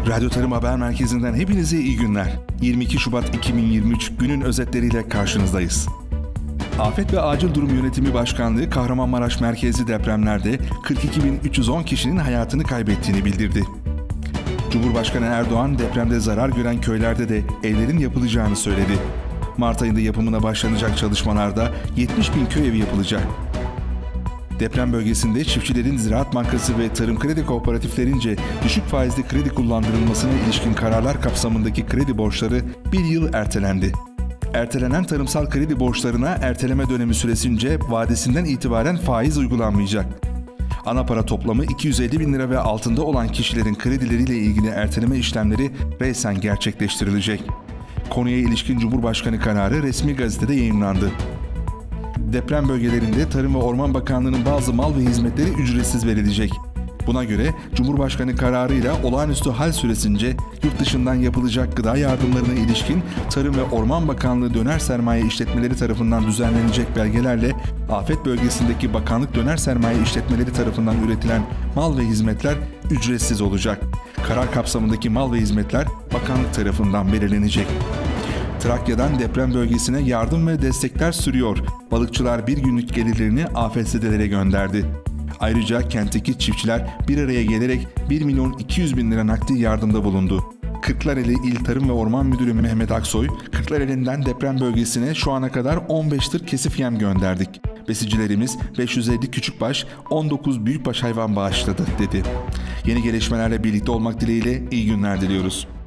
Radyo Tarım Haber Merkezi'nden hepinize iyi günler. 22 Şubat 2023 günün özetleriyle karşınızdayız. Afet ve Acil Durum Yönetimi Başkanlığı Kahramanmaraş merkezli depremlerde 42.310 kişinin hayatını kaybettiğini bildirdi. Cumhurbaşkanı Erdoğan depremde zarar gören köylerde de evlerin yapılacağını söyledi. Mart ayında yapımına başlanacak çalışmalarda 70.000 köy evi yapılacak. Deprem bölgesinde çiftçilerin Ziraat Bankası ve Tarım Kredi Kooperatiflerince düşük faizli kredi kullandırılmasına ilişkin kararlar kapsamındaki kredi borçları bir yıl ertelendi. Ertelenen tarımsal kredi borçlarına erteleme dönemi süresince vadesinden itibaren faiz uygulanmayacak. Ana para toplamı 250.000 lira ve altında olan kişilerin kredileriyle ilgili erteleme işlemleri reysen gerçekleştirilecek. Konuya ilişkin Cumhurbaşkanı kararı resmi gazetede yayımlandı. Deprem bölgelerinde Tarım ve Orman Bakanlığı'nın bazı mal ve hizmetleri ücretsiz verilecek. Buna göre Cumhurbaşkanı kararıyla olağanüstü hal süresince yurt dışından yapılacak gıda yardımlarına ilişkin Tarım ve Orman Bakanlığı döner sermaye işletmeleri tarafından düzenlenecek belgelerle afet bölgesindeki bakanlık döner sermaye işletmeleri tarafından üretilen mal ve hizmetler ücretsiz olacak. Karar kapsamındaki mal ve hizmetler bakanlık tarafından belirlenecek. Trakya'dan deprem bölgesine yardım ve destekler sürüyor. Balıkçılar bir günlük gelirlerini afetzedelere gönderdi. Ayrıca kentteki çiftçiler bir araya gelerek 1.200.000 lira nakdi yardımda bulundu. Kırklareli İl Tarım ve Orman Müdürü Mehmet Aksoy, Kırklareli'nden deprem bölgesine şu ana kadar 15 tır kesif yem gönderdik. Besicilerimiz 550 küçükbaş, 19 büyükbaş hayvan bağışladı dedi. Yeni gelişmelerle birlikte olmak dileğiyle iyi günler diliyoruz.